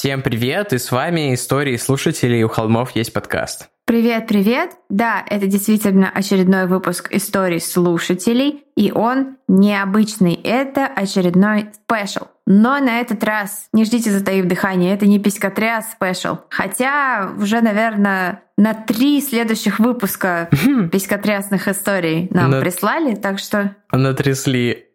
Всем привет, и с вами «Истории слушателей», у холмов есть подкаст. Привет! Да, это действительно очередной выпуск «Историй слушателей», и он необычный, это очередной спешл. Но на этот раз не ждите, затаив дыхание, это не писькотряс спешл. Хотя уже, наверное, на 3 следующих выпуска писькотрясных историй нам прислали, так что... Натрясли.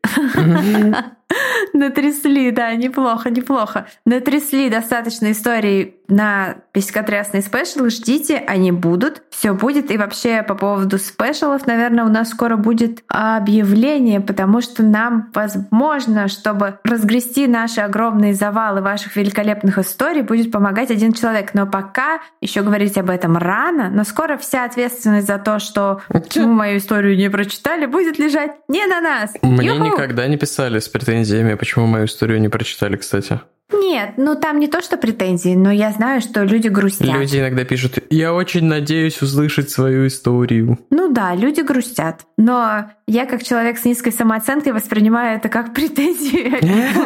Натрясли, да, неплохо. Натрясли достаточно историй на писькотрясный спешл. Ждите, они будут. Все будет. И вообще по поводу спешалов, наверное, у нас скоро будет объявление, потому что нам, возможно, чтобы разгрести наши огромные завалы ваших великолепных историй, будет помогать один человек. Но пока еще говорить об этом рано, но скоро вся ответственность за то, что почему мою историю не прочитали, будет лежать не на нас. Мне никогда не писали с претензиями, почему мою историю не прочитали, кстати. Нет, там не то, что претензии, но я знаю, что люди грустят. Люди иногда пишут: «Я очень надеюсь услышать свою историю». Да, люди грустят. Но я, как человек с низкой самооценкой, воспринимаю это как претензию.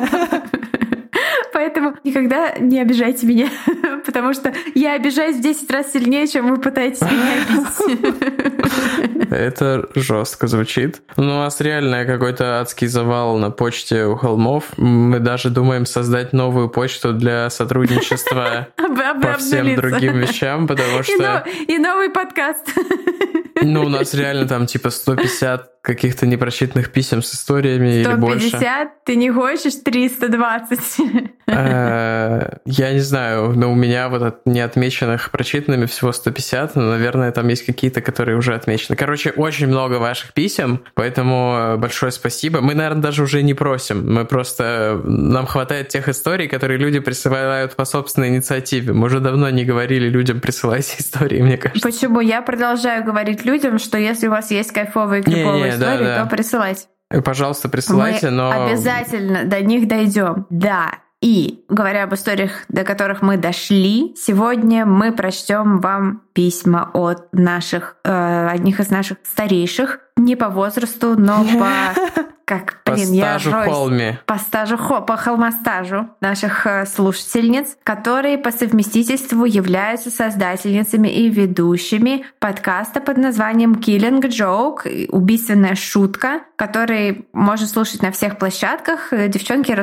Поэтому никогда не обижайте меня, потому что я обижаюсь в 10 раз сильнее, чем вы пытаетесь меня обидеть. Это жестко звучит. У нас реально какой-то адский завал на почте у холмов. Мы даже думаем создать новую почту для сотрудничества по всем другим вещам, потому что... И новый подкаст. У нас реально там 150 каких-то непрочитанных писем с историями 150? Или больше. 150? Ты не хочешь 320? Я не знаю, но у меня вот от неотмеченных прочитанными всего 150, но, наверное, там есть какие-то, которые уже отмечены. Короче, очень много ваших писем, поэтому большое спасибо. Мы, наверное, даже уже не просим, мы просто... Нам хватает тех историй, которые люди присылают по собственной инициативе. Мы уже давно не говорили людям: присылайте истории, мне кажется. Почему? Я продолжаю говорить людям, что если у вас есть кайфовые, криповые истории, то присылайте. Пожалуйста, присылайте, мы обязательно до них дойдем. Да. И говоря об историях, до которых мы дошли, сегодня мы прочтем вам письма от одних из наших старейших, не по возрасту, но по холмостажу наших слушательниц, которые по совместительству являются создательницами и ведущими подкаста под названием Killing Joke, убийственная шутка, который можно слушать на всех площадках. Девчонки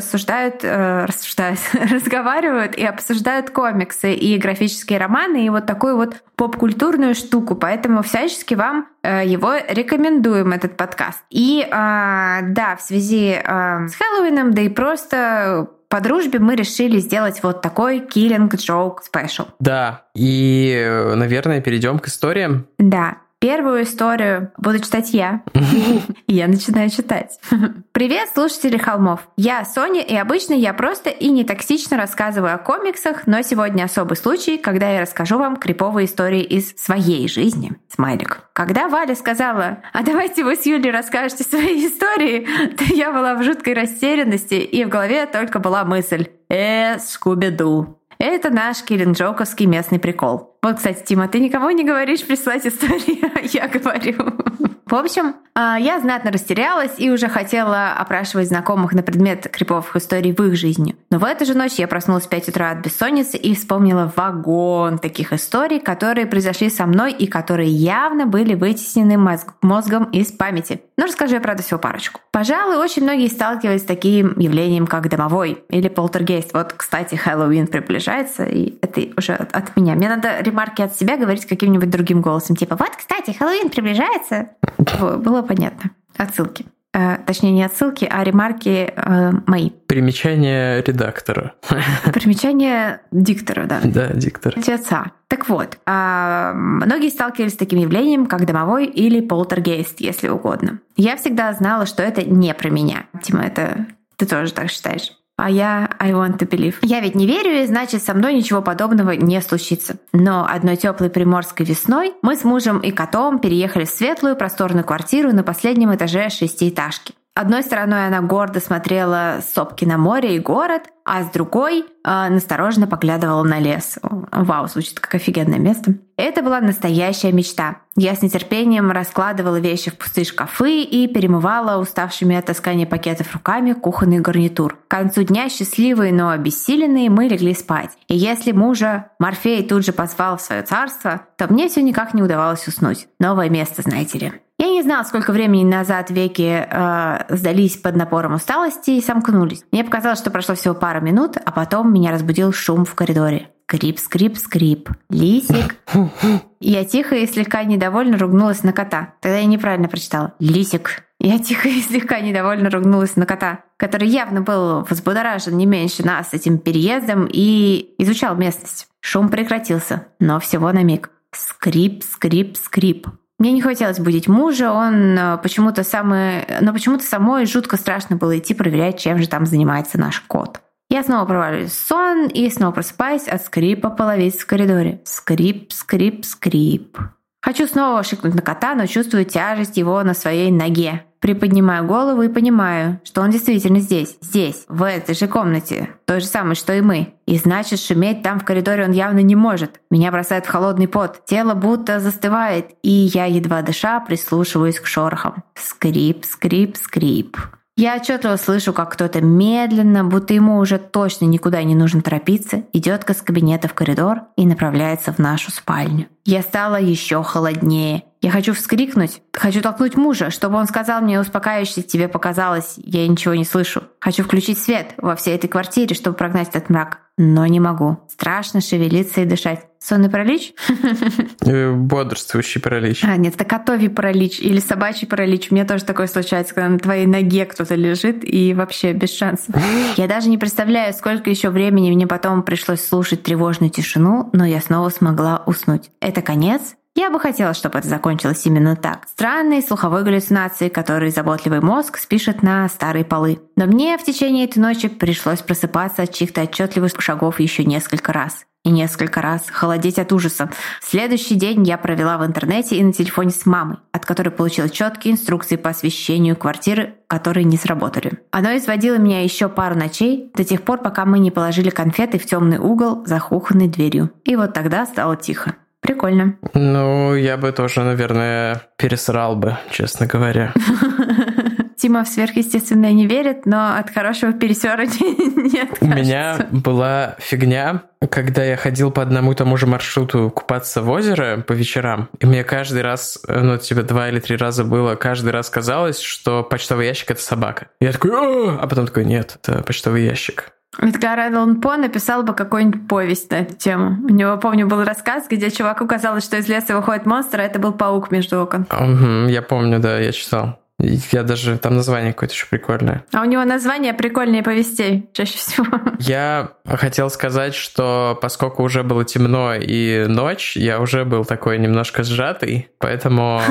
разговаривают и обсуждают комиксы и графические романы, и вот такую вот поп-культурную штуку. Поэтому всячески вам его рекомендуем, этот подкаст. И в связи с Хэллоуином, да и просто по дружбе мы решили сделать вот такой Killing Joke Special. Да, и, наверное, перейдем к историям. Да. Первую историю буду читать я. Я начинаю читать. Привет, слушатели холмов. Я Соня, и обычно я просто и не токсично рассказываю о комиксах, но сегодня особый случай, когда я расскажу вам криповые истории из своей жизни. Смайлик. Когда Валя сказала: «А давайте вы с Юлей расскажете свои истории», то я была в жуткой растерянности, и в голове только была мысль: Скуби-Ду. Это наш киллинг-джоуковский местный прикол. Вот, кстати, Тима, ты никому не говоришь прислать истории, а я говорю. В общем, я знатно растерялась и уже хотела опрашивать знакомых на предмет криповых историй в их жизни. Но в эту же ночь я проснулась в 5 утра от бессонницы и вспомнила вагон таких историй, которые произошли со мной и которые явно были вытеснены мозгом из памяти. Но расскажу я, правда, всего парочку. Пожалуй, очень многие сталкивались с таким явлением, как домовой или полтергейст. Вот, кстати, Хэллоуин приближается, и это уже от меня. Мне надо ремарки от себя говорить каким-нибудь другим голосом. Типа: «Вот, кстати, Хэллоуин приближается». Было понятно. Отсылки. Точнее, не отсылки, а ремарки мои. Примечание редактора. Примечание диктора, да. Да, диктор. Отца. Так вот, многие сталкивались с таким явлением, как домовой или полтергейст, если угодно. Я всегда знала, что это не про меня. Тима, это ты тоже так считаешь? А я I want to believe. Я ведь не верю, и значит, со мной ничего подобного не случится. Но одной теплой приморской весной мы с мужем и котом переехали в светлую просторную квартиру на последнем этаже 6-этажки. Одной стороной она гордо смотрела с сопки на море и город, а с другой настороженно поглядывала на лес. Вау, звучит как офигенное место. Это была настоящая мечта. Я с нетерпением раскладывала вещи в пустые шкафы и перемывала уставшими от таскания пакетов руками кухонный гарнитур. К концу дня, счастливые, но обессиленные, мы легли спать. И если мужа Морфей тут же позвал в свое царство, то мне все никак не удавалось уснуть. Новое место, знаете ли. Я не знала, сколько времени назад веки сдались под напором усталости и сомкнулись. Мне показалось, что прошло всего пара минут, а потом меня разбудил шум в коридоре. Скрип, скрип, скрип. Лисик. Я тихо и слегка недовольно ругнулась на кота. Тогда я неправильно прочитала. Лисик. Я тихо и слегка недовольно ругнулась на кота, который явно был взбудоражен не меньше нас этим переездом и изучал местность. Шум прекратился, но всего на миг. Скрип, скрип, скрип. Мне не хотелось будить мужа, почему-то самой жутко страшно было идти проверять, чем же там занимается наш кот. Я снова проваливаюсь в сон и снова просыпаюсь от скрипа половиц в коридоре. Скрип, скрип, скрип. Хочу снова шикнуть на кота, но чувствую тяжесть его на своей ноге. Приподнимаю голову и понимаю, что он действительно здесь, в этой же комнате, той же самой, что и мы. И значит, шуметь там в коридоре он явно не может. Меня бросает в холодный пот, тело будто застывает, и я, едва дыша, прислушиваюсь к шорохам. Скрип, скрип, скрип. Я отчетливо слышу, как кто-то медленно, будто ему уже точно никуда не нужно торопиться, идет из кабинета в коридор и направляется в нашу спальню. Я стала еще холоднее. Я хочу вскрикнуть, хочу толкнуть мужа, чтобы он сказал мне успокаивающе: «Тебе показалось, я ничего не слышу». Хочу включить свет во всей этой квартире, чтобы прогнать этот мрак. Но не могу. Страшно шевелиться и дышать. Сонный паралич? Бодрствующий паралич. Нет, это котовий паралич или собачий паралич. У меня тоже такое случается, когда на твоей ноге кто-то лежит и вообще без шансов. Я даже не представляю, сколько еще времени мне потом пришлось слушать тревожную тишину, но я снова смогла уснуть. Это конец? Я бы хотела, чтобы это закончилось именно так. Странные слуховые галлюцинации, которые заботливый мозг спишет на старые полы. Но мне в течение этой ночи пришлось просыпаться от чьих-то отчетливых шагов еще несколько раз. И несколько раз холодеть от ужаса. Следующий день я провела в интернете и на телефоне с мамой, от которой получила четкие инструкции по освещению квартиры, которые не сработали. Оно изводило меня еще пару ночей, до тех пор, пока мы не положили конфеты в темный угол за кухонной дверью. И вот тогда стало тихо. Прикольно. Ну, я бы тоже, наверное, пересрал бы, честно говоря. Тима в сверхъестественное не верит, но от хорошего пересера не откажется. У меня была фигня, когда я ходил по одному и тому же маршруту купаться в озеро по вечерам, и мне каждый раз, 2 или 3 раза было, каждый раз казалось, что почтовый ящик — это собака. Я такой: «О!» А потом такой: нет, это почтовый ящик. Эдгар Аллан По написал бы какую-нибудь повесть на эту тему. У него, помню, был рассказ, где чуваку казалось, что из леса выходит монстр, а это был паук между окон. Я помню, да, я читал. Я даже... Там название какое-то еще прикольное. А у него название прикольнее повестей, чаще всего. Я хотел сказать, что поскольку уже было темно и ночь, я уже был такой немножко сжатый, поэтому,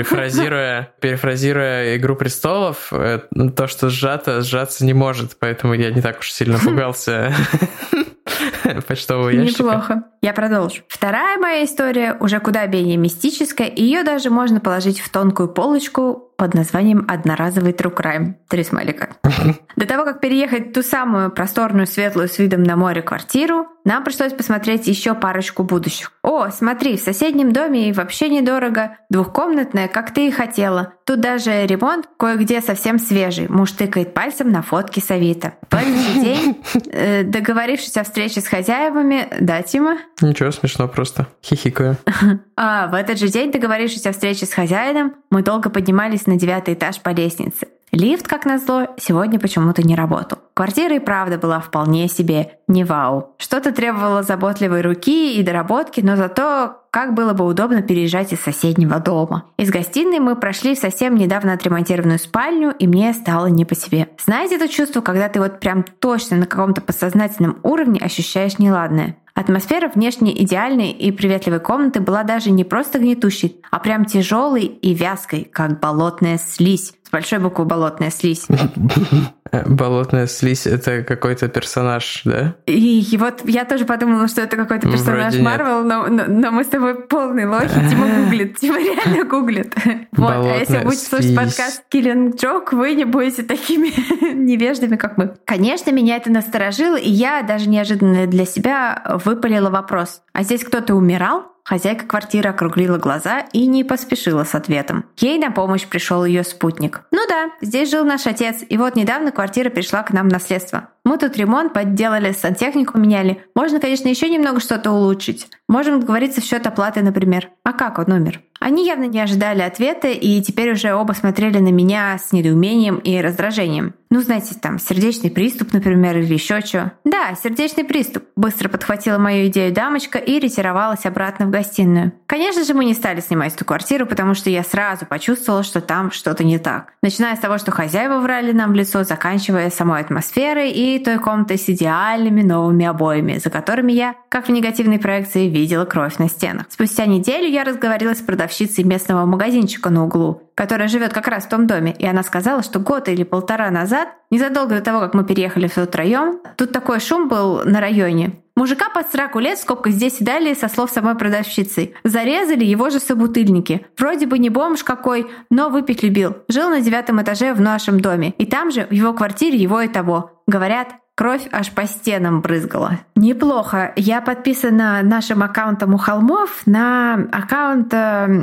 перефразируя «Игру престолов», то, что сжаться не может, поэтому я не так уж сильно пугался почтового ящика. Неплохо. Я продолжу. Вторая моя история уже куда менее мистическая, и ее даже можно положить в тонкую полочку под названием «Одноразовый true crime». 3 смайлика. До того, как переехать в ту самую просторную, светлую, с видом на море квартиру, нам пришлось посмотреть еще парочку будущих. О, смотри, в соседнем доме и вообще недорого. 2-комнатная, как ты и хотела. Тут даже ремонт кое-где совсем свежий. Муж тыкает пальцем на фотки с Авито. В этот же день, договорившись о встрече с хозяевами... Да, Тима? Ничего, смешно просто. Хихикаю. В этот же день, договорившись о встрече с хозяином, мы долго поднимались на 9-й этаж по лестнице. Лифт, как назло, сегодня почему-то не работал. Квартира и правда была вполне себе не вау. Что-то требовало заботливой руки и доработки, но зато как было бы удобно переезжать из соседнего дома. Из гостиной мы прошли в совсем недавно отремонтированную спальню, и мне стало не по себе. Знаете это чувство, когда ты вот прям точно на каком-то подсознательном уровне ощущаешь неладное? Атмосфера внешне идеальной и приветливой комнаты была даже не просто гнетущей, а прям тяжелой и вязкой, как болотная слизь. С большой буквы «болотная слизь». Болотная слизь — это какой-то персонаж, да? И вот я тоже подумала, что это какой-то персонаж Марвел, но мы с тобой полные лохи. Тима гуглит, Тима реально гуглит. Вот, а если будете слушать подкаст Killing Joke, вы не будете такими невеждами, как мы. Конечно, меня это насторожило, и я даже неожиданно для себя выпалила вопрос. А здесь кто-то умирал? Хозяйка квартиры округлила глаза и не поспешила с ответом. Ей на помощь пришел ее спутник. Ну да, здесь жил наш отец, и вот недавно квартира перешла к нам в наследство. Мы тут ремонт подделали, сантехнику меняли. Можно, конечно, еще немного что-то улучшить. Можем договориться в счет оплаты, например. А как он умер? Они явно не ожидали ответа, и теперь уже оба смотрели на меня с недоумением и раздражением. Ну, знаете, там, сердечный приступ, например, или еще что. Да, сердечный приступ. Быстро подхватила мою идею дамочка и ретировалась обратно в гостиную. Конечно же, мы не стали снимать эту квартиру, потому что я сразу почувствовала, что там что-то не так. Начиная с того, что хозяева врали нам в лицо, заканчивая самой атмосферой и той комнатой с идеальными новыми обоями, за которыми я, как в негативной проекции, видела кровь на стенах. Спустя неделю я разговорилась с продавщицей местного магазинчика на углу, которая живет как раз в том доме, и она сказала, что год или полтора назад, незадолго до того, как мы переехали втроем, тут такой шум был на районе. Мужика под 40 лет, в скобках здесь и далее, со слов самой продавщицы, зарезали его же собутыльники. Вроде бы не бомж какой, но выпить любил. Жил на 9 этаже в нашем доме, и там же, в его квартире, его и того. Говорят, кровь аж по стенам брызгала. Неплохо. Я подписана нашим аккаунтом у Холмов на аккаунт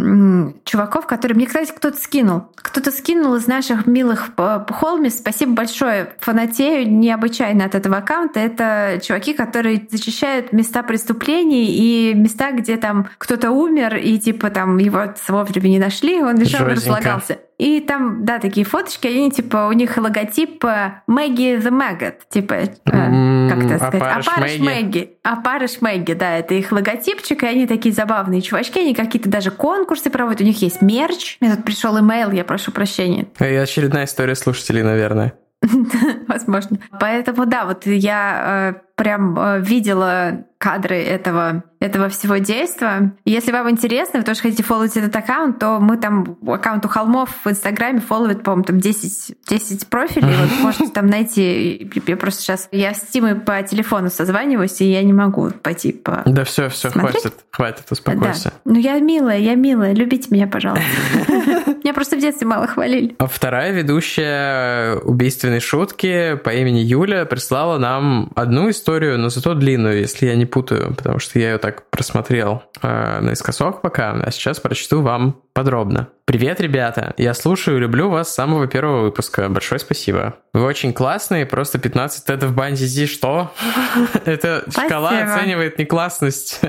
чуваков, которые мне, кстати, кто-то скинул. Кто-то скинул из наших милых холмис. Спасибо большое. Фанатею необычайно от этого аккаунта. Это чуваки, которые зачищают места преступлений и места, где там кто-то умер, и типа там его вовремя не нашли, он лежал и разлагался. И там, да, такие фоточки, они типа, у них логотип Maggie the Maggot, типа, как это сказать? Опарыш Мэгги, да, это их логотипчик, и они такие забавные чувачки, они какие-то даже конкурсы проводят, у них есть мерч. Мне тут пришел имейл, я прошу прощения. И очередная история слушателей, наверное. Возможно. Поэтому, да, вот я прям видела кадры этого всего действия. Если вам интересно, вы тоже хотите фолловить этот аккаунт, то мы там аккаунт у Холмов в Инстаграме фолловит, по-моему, там 10 профилей. Вот можете там найти. Я просто сейчас... Я с Тимой по телефону созваниваюсь, и я не могу пойти по... Да все, хватит, успокойся. Да. Ну я милая, любите меня, пожалуйста. Меня просто в детстве мало хвалили. А вторая ведущая убийственной шутки по имени Юля прислала нам одну историю, но зато длинную, если я не путаю, потому что я ее так просмотрел наискосок пока, а сейчас прочту вам подробно. Привет, ребята! Я слушаю и люблю вас с самого первого выпуска. Большое спасибо. Вы очень классные, просто 15 тедов Банди Зи. Что? Это шкала оценивает не классность.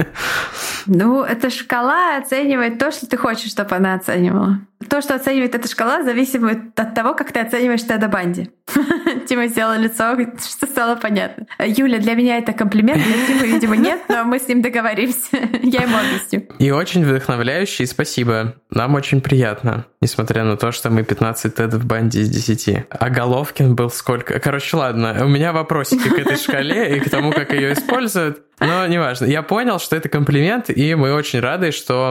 Ну, эта шкала оценивает то, что ты хочешь, чтобы она оценивала. То, что оценивает эта шкала, зависит от того, как ты оцениваешь Теда Банди. Тима сделала лицо, что стало понятно. Юля, для меня это комплимент, для Тима, видимо, нет, но мы с ним договоримся. Я ему объясню. И очень вдохновляющий, спасибо. Нам очень приятно, несмотря на то, что мы 15 тедов Банди из 10. А Головкин был сколько? Короче, ладно, у меня вопросики к этой шкале и к тому, как ее используют. Но неважно. Я понял, что это комплимент, и мы очень рады, что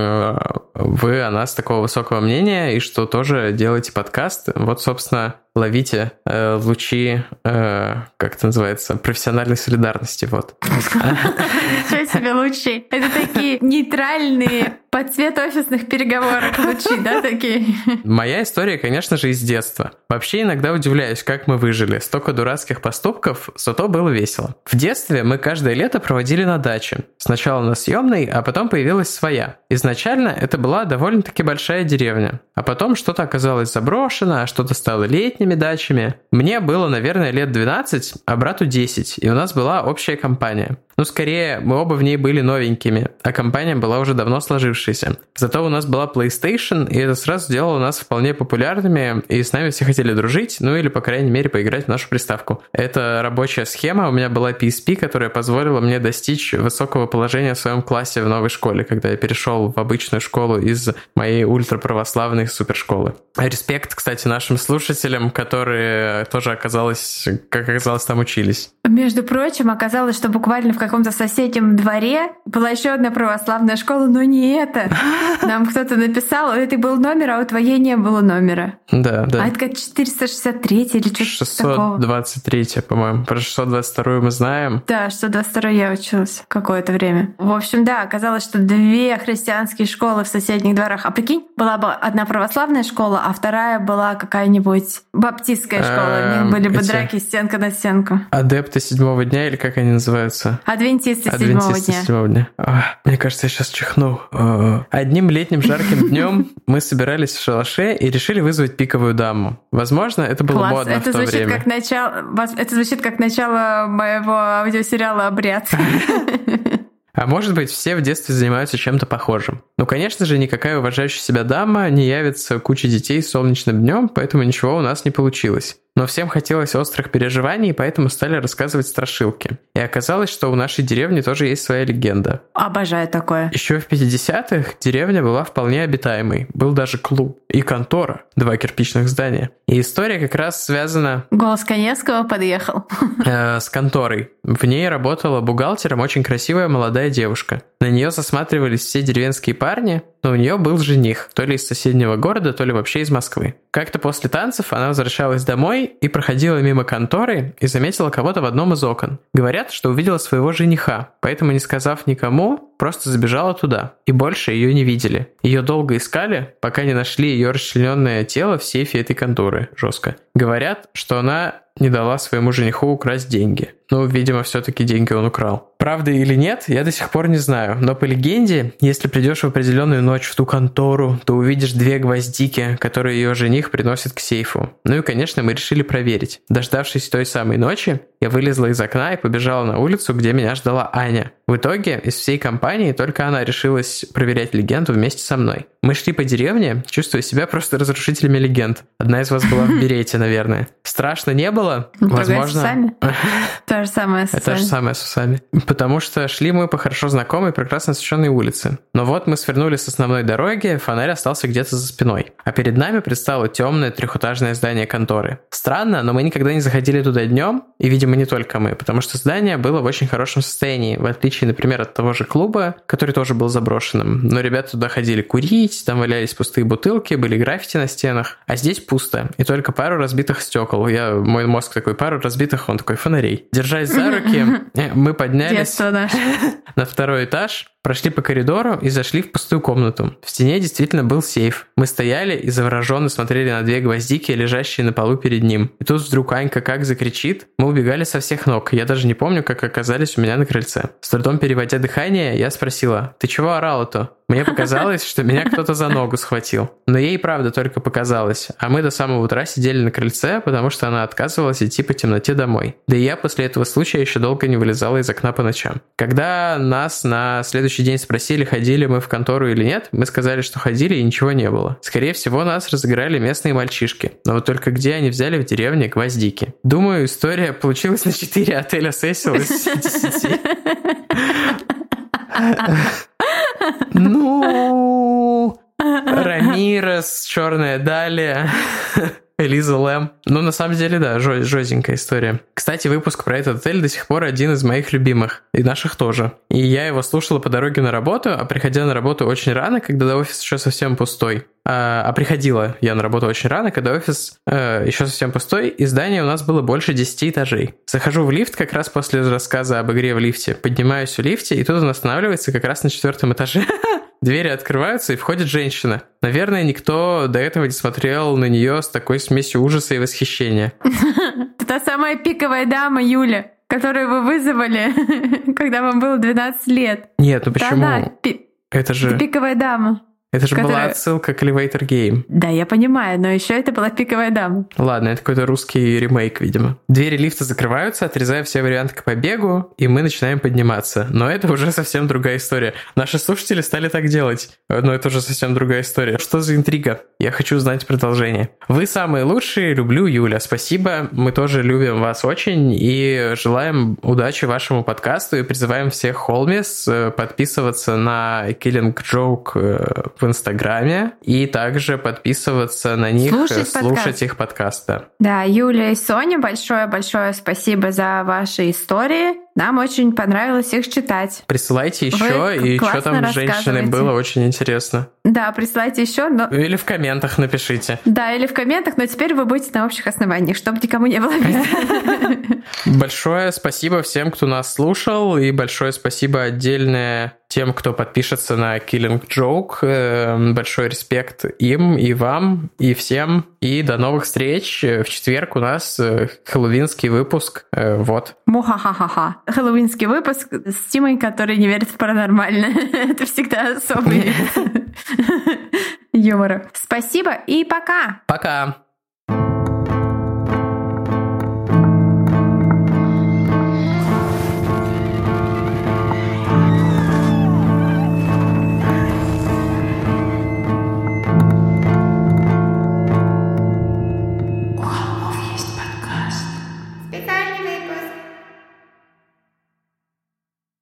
вы о нас такого высокого мнения, и что тоже делаете подкаст. Вот, собственно, ловите лучи, как это называется, профессиональной солидарности. Вот. Ничего себе лучи. Это такие нейтральные под цвет офисных переговоров лучи, да, такие? Моя история, конечно же, из детства. Вообще иногда удивляюсь, как мы выжили. Столько дурацких поступков, зато было весело. В детстве мы каждое лето проводили на даче. Сначала на съемной, а потом появилась своя. Изначально это была довольно-таки большая деревня. А потом что-то оказалось заброшено, а что-то стало летними дачами. Мне было, наверное, лет 12, а брату 10, и у нас была общая компания. Ну, скорее, мы оба в ней были новенькими, а компания была уже давно сложившейся. Зато у нас была PlayStation, и это сразу сделало нас вполне популярными, и с нами все хотели дружить, ну или, по крайней мере, поиграть в нашу приставку. Это рабочая схема, у меня была PSP, которая позволила мне достичь высокого положения в своем классе в новой школе, когда я перешел в обычную школу из моей ультраправославной супершколы. Респект, кстати, нашим слушателям, которые тоже, как оказалось, там учились. Между прочим, оказалось, что буквально в каком-то соседнем дворе была еще одна православная школа, но не это. Нам кто-то написал, у этой был номер, а у твоей не было номера. Да. А это как 463 или что-то такого. 623, по-моему. Про 622 мы знаем. Да, 622 я училась какое-то время. В общем, да, оказалось, что 2 христианские школы в соседних дворах. А прикинь, была бы одна православная школа, а вторая была какая-нибудь баптистская школа. У них были бы драки стенка на стенку. Адепты 7-го дня, или как они называются? Адвентисты 7-го дня. Мне кажется, я сейчас чихну. Одним летним жарким днем мы собирались в шалаше и решили вызвать пиковую даму. Возможно, это было модно это в то время. Это звучит как начало моего аудиосериала «Обряд». А может быть, все в детстве занимаются чем-то похожим. Ну, конечно же, никакая уважающая себя дама не явится куче детей с солнечным днем, поэтому ничего у нас не получилось. Но всем хотелось острых переживаний, поэтому стали рассказывать страшилки. И оказалось, что у нашей деревни тоже есть своя легенда. Обожаю такое. Еще в 50-х деревня была вполне обитаемой. Был даже клуб и контора, 2 кирпичных здания. И история как раз связана... Голос Коневского подъехал. С конторой. В ней работала бухгалтером очень красивая молодая девушка. На нее засматривались все деревенские парни, но у нее был жених, то ли из соседнего города, то ли вообще из Москвы. Как-то после танцев она возвращалась домой и проходила мимо конторы и заметила кого-то в одном из окон. Говорят, что увидела своего жениха, поэтому, не сказав никому, просто забежала туда. И больше ее не видели. Ее долго искали, пока не нашли ее расчлененное тело в сейфе этой конторы. Жестко. Говорят, что она не дала своему жениху украсть деньги. Ну, видимо, все-таки деньги он украл. Правда или нет, я до сих пор не знаю. Но по легенде, если придешь в определенную ночь в ту контору, то увидишь 2 гвоздики, которые ее жених приносит к сейфу. Ну и, конечно, мы решили проверить. Дождавшись той самой ночи, я вылезла из окна и побежала на улицу, где меня ждала Аня. В итоге из всей компании только она решилась проверять легенду вместе со мной. Мы шли по деревне, чувствуя себя просто разрушителями легенд. Одна из вас была в берете, наверное. Страшно не было? Возможно. То же самое с усами. Это же самое с усами. Потому что шли мы по хорошо знакомой, прекрасно освещенной улице. Но вот мы свернули с основной дороги, фонарь остался где-то за спиной. А перед нами предстало темное 3-этажное здание конторы. Странно, но мы никогда не заходили туда днем, и, видимо, не только мы, потому что здание было в очень хорошем состоянии, в отличие, например, от того же клуба, который тоже был заброшенным. Но ребята туда ходили курить, там валялись пустые бутылки, были граффити на стенах. А здесь пусто, и только пару разбитых стекол. Мой мозг такой, пару разбитых, он такой, фонарей. Держась за руки, мы поднялись на 2-й этаж, прошли по коридору и зашли в пустую комнату. В стене действительно был сейф. Мы стояли и завороженно смотрели на 2 гвоздики, лежащие на полу перед ним. И тут вдруг Анька как закричит. Мы убегали со всех ног. Я даже не помню, как оказались у меня на крыльце. С трудом переводя дыхание, я спросила: «Ты чего орала-то?» Мне показалось, что меня кто-то за ногу схватил. Но ей правда только показалось. А мы до самого утра сидели на крыльце, потому что она отказывалась идти по темноте домой. Да и я после этого случая еще долго не вылезала из окна по ночам. Когда нас на следующий день спросили, ходили мы в контору или нет, мы сказали, что ходили и ничего не было. Скорее всего, нас разыграли местные мальчишки. Но вот только где они взяли в деревне гвоздики? Думаю, история получилась на 4 отеля Сесил из 10. Ну, Рамирес, Черная Далия, Элиза Лэм. Ну, на самом деле, да, жёстенькая история. Кстати, выпуск про этот отель до сих пор один из моих любимых. И наших тоже. И я его слушала по дороге на работу, а приходя на работу очень рано, когда офис еще совсем пустой. А приходила я на работу очень рано, когда офис еще совсем пустой, и здание у нас было больше 10 этажей. Захожу в лифт как раз после рассказа об игре в лифте. Поднимаюсь в лифте, и тут он останавливается как раз на 4-м этаже. Двери открываются, и входит женщина. Наверное, никто до этого не смотрел на нее с такой смесью ужаса и восхищения. Это та самая пиковая дама, Юля, которую вы вызвали, когда вам было 12 лет. Нет, ну почему? Это же пиковая дама. Это же была отсылка к Elevator Game. Да, я понимаю, но еще это была пиковая дама. Ладно, это какой-то русский ремейк, видимо. Двери лифта закрываются, отрезая все варианты к побегу, и мы начинаем подниматься. Но это уже совсем другая история. Наши слушатели стали так делать. Но это уже совсем другая история. Что за интрига? Я хочу знать продолжение. Вы самые лучшие, люблю, Юля. Спасибо, мы тоже любим вас очень и желаем удачи вашему подкасту и призываем всех Холмис подписываться на Killing Joke в Инстаграме и также подписываться на них, слушать их подкасты. Да, Юля и Соня, большое-большое спасибо за ваши истории. Нам очень понравилось их читать. Присылайте еще, и что там с женщиной было, очень интересно. Да, присылайте еще. Но... Или в комментах напишите. Да, или в комментах, но теперь вы будете на общих основаниях, чтобы никому не было обидно. Большое спасибо всем, кто нас слушал, и большое спасибо отдельное тем, кто подпишется на Killing Joke. Большой респект им и вам, и всем. И до новых встреч. В четверг у нас хэллоуинский выпуск. Вот. Муха-ха-ха-ха. Хэллоуинский выпуск с Тимой, который не верит в паранормальное. Это всегда особый юмор. Спасибо и пока. Пока.